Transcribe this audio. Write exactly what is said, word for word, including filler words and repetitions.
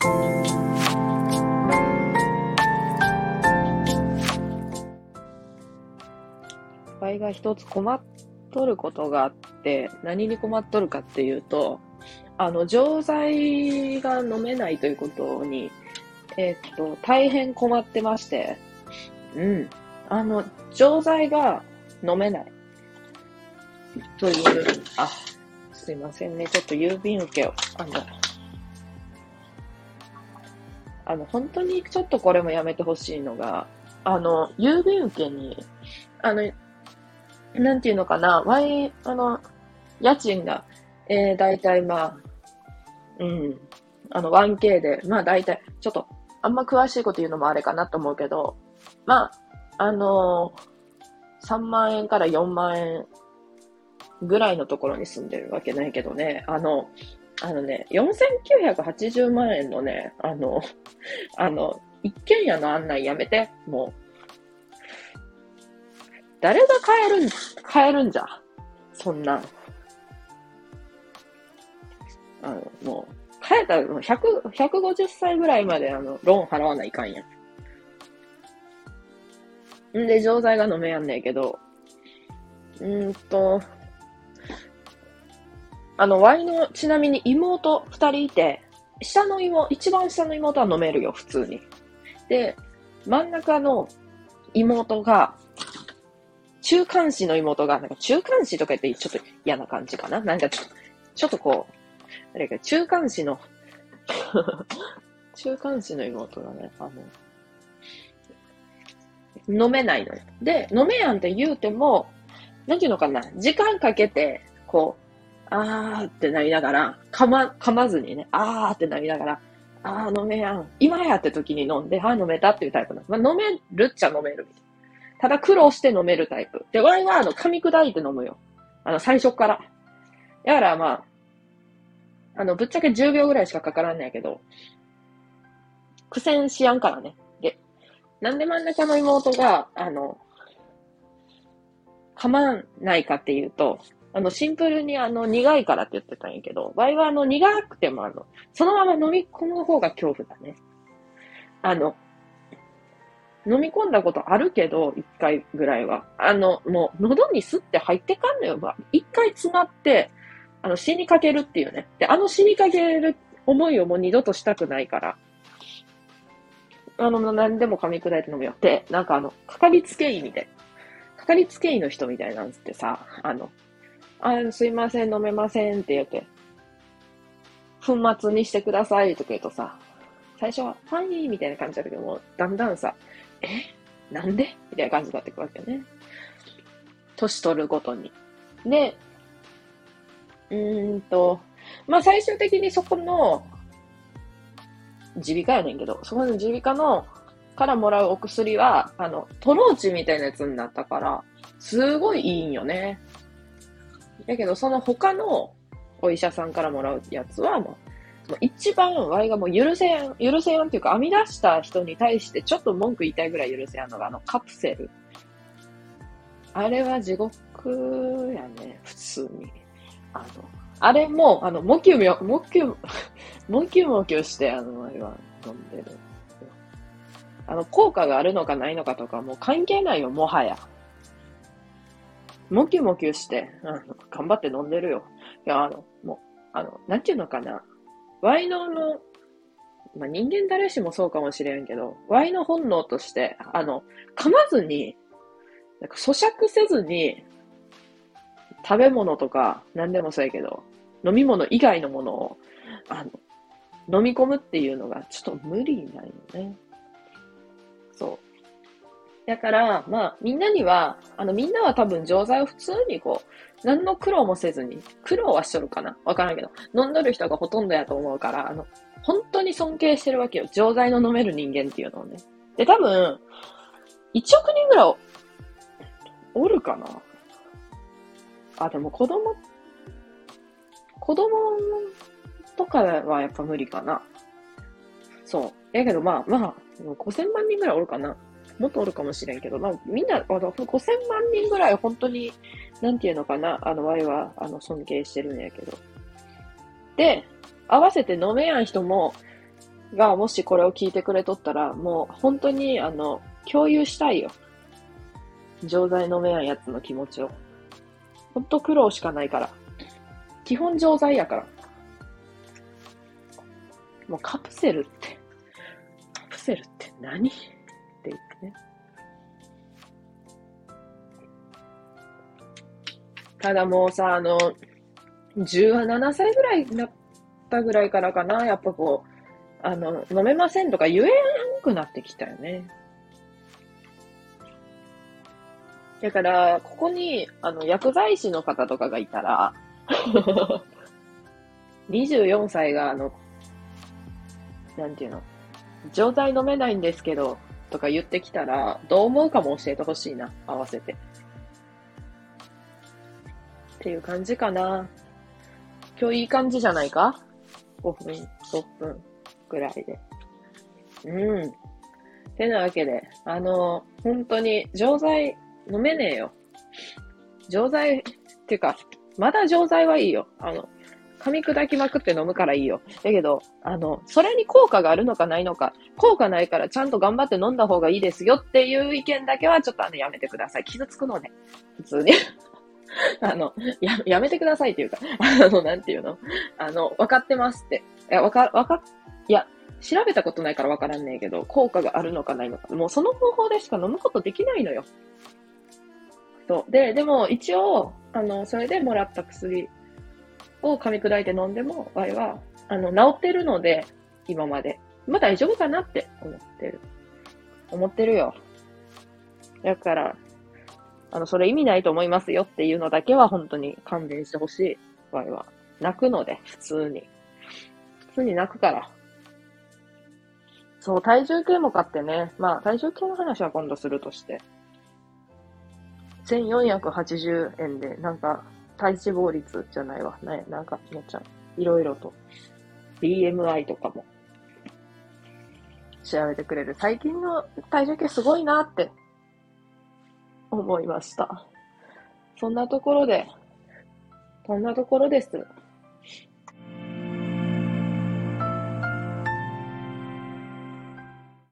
わいが一つ困っとることがあって、何に困っとるかっていうと、あの、錠剤が飲めないということに、えーっと、大変困ってまして、うん。あの、錠剤が飲めないという、あ、すいませんね。ちょっと郵便受けを、あの、あの、本当にちょっとこれもやめてほしいのが、あの、郵便受けに、あの、なんていうのかな、ワイ、あの、家賃が、えー、だいたいまあ、うん、あの、ワンケー で、まあだいたい、ちょっと、あんま詳しいこと言うのもあれかなと思うけど、まあ、あのー、さんまん円からよんまん円ぐらいのところに住んでるわけないけどね、あの、あのね、よんせんきゅうひゃくはちじゅうまん円のね、あの、あの、一軒家の案内やめて、もう、誰が買えるん、買えるんじゃ、そんなん。あの、もう、買えたらひゃく、ひゃくごじゅっさいぐらいまであの、ローン払わないかんやん。んで、錠剤が飲めやんねんけど、うーんと、あの、ワイの、ちなみに妹二人いて、下の妹、一番下の妹は飲めるよ、普通に。で、真ん中の妹が、中間子の妹が、なんか中間子とか言ってちょっと嫌な感じかな。なんかちょっと、ちょっとこう、誰か中間子の中間子の妹がね、あの、飲めないのよ。で、飲めやんって言うても、なんていうのかな、時間かけて、こう、あーってなりながら、噛ま、噛まずにね、あーってなりながら、あー飲めやん。今やって時に飲んで、あー飲めたっていうタイプなの。まあ、飲めるっちゃ飲める。ただ苦労して飲めるタイプ。で、ワイはあの、噛み砕いて飲むよ。あの、最初から。だからまあ、あの、ぶっちゃけじゅうびょうぐらいしかかからんねやけど、苦戦しやんからね。で、なんで真ん中の妹が、あの、噛まないかっていうと、あの、シンプルにあの、苦いからって言ってたんやけど、ワイはあの、苦くてもあの、そのまま飲み込む方が恐怖だね。あの、飲み込んだことあるけど、一回ぐらいは。あの、もう、喉にスッて入ってかんのよ。まあ、一回詰まって、あの、死にかけるっていうね。で、あの死にかける思いをもう二度としたくないから、あの、何でも噛み砕いて飲むよって、なんかあの、かかりつけ医みたいな。かかりつけ医の人みたいなんつってさ、あの、あ、すいません、飲めませんって言って、粉末にしてくださいとか言うとさ、最初は、はい、みたいな感じだけども、だんだんさ、えなんでみたいな感じになってくるわけね。年取るごとに。で、うーんと、まあ、最終的にそこの、耳鼻科やねんけど、そこの耳鼻科の、からもらうお薬は、あの、トローチみたいなやつになったから、すごいいいんよね。だけど、その他のお医者さんからもらうやつは、もう、もう一番、ワイがもう許せやん、許せやんっていうか、編み出した人に対してちょっと文句言いたいぐらい許せやんのが、あの、カプセル。あれは地獄やね、普通に。あの、あれも、あの、もきゅも、もきゅ、もきゅもきゅして、あの、あれは飲んでる。あの、効果があるのかないのかとか、もう関係ないよ、もはや。もきゅもきゅして、あの、頑張って飲んでるよ。いや、あの、もう、あの、なんていうのかな。ワイノの、まあ、人間誰しもそうかもしれんけど、ワイの本能として、あの、噛まずに、なんか咀嚼せずに、食べ物とか、何でもそうやけど、飲み物以外のものを、あの、飲み込むっていうのがちょっと無理なんよね。そう。だから、まあ、みんなには、あの、みんなは多分錠剤を普通にこう、何の苦労もせずに、苦労はしとるかなわからんけど、飲んどる人がほとんどやと思うから、あの、本当に尊敬してるわけよ。錠剤の飲める人間っていうのをね。で、多分、いちおくにんぐらいおるかなあ、でも子供、子供とかはやっぱ無理かな。そう。やけどまあまあ、ごせんまんにんぐらいおるかな。もっとおるかもしれんけど、まあみんな、あの、ごせんまんにんぐらい本当に、なんていうのかな、あの、ワイは、あの、尊敬してるんやけど。で、合わせて飲めやん人も、 がもしこれを聞いてくれとったら、もう本当にあの、共有したいよ。錠剤飲めやんやつの気持ちを。ほんと苦労しかないから。基本錠剤やから。もうカプセルって、カプセルって何って言ってね。ただもうさ、あの、じゅうななさいぐらいになったぐらいからかな、やっぱこう、あの、飲めませんとか言えなくなってきたよね。だから、ここに、あの、薬剤師の方とかがいたら、にじゅうよんさいが、あの、なんていうの、錠剤飲めないんですけど、とか言ってきたら、どう思うかも教えてほしいな、合わせて。っていう感じかな。今日いい感じじゃないか ?ご 分、ろっぷんぐらいで。うん。てなわけで、あの、本当に、錠剤飲めねえよ。錠剤、っていうか、まだ錠剤はいいよ。あの、噛み砕きまくって飲むからいいよ。だけど、あの、それに効果があるのかないのか、効果ないからちゃんと頑張って飲んだ方がいいですよっていう意見だけはちょっとあの、やめてください。傷つくので、普通に。あの、や、やめてくださいっていうか、あの、なんていうのあの、わかってますって。いや、わか、わか、いや、調べたことないからわからんねえけど、効果があるのかないのか。もうその方法でしか飲むことできないのよ。そう。で、でも一応、あの、それでもらった薬を噛み砕いて飲んでも、場合は、あの、治ってるので、今まで。まあ大丈夫かなって思ってる。思ってるよ。だから、あの、それ意味ないと思いますよっていうのだけは本当に勘弁してほしい場合は。泣くので、普通に。普通に泣くから。そう、体重計も買ってね。まあ、体重計の話は今度するとして。せんよんひゃくはちじゅうえんで、なんか、体脂肪率じゃないわ。ね、なんか、めっちゃ、いろいろと。ビーエムアイ とかも調べてくれる。最近の体重計すごいなって思いました。そんなところで、そんなところです。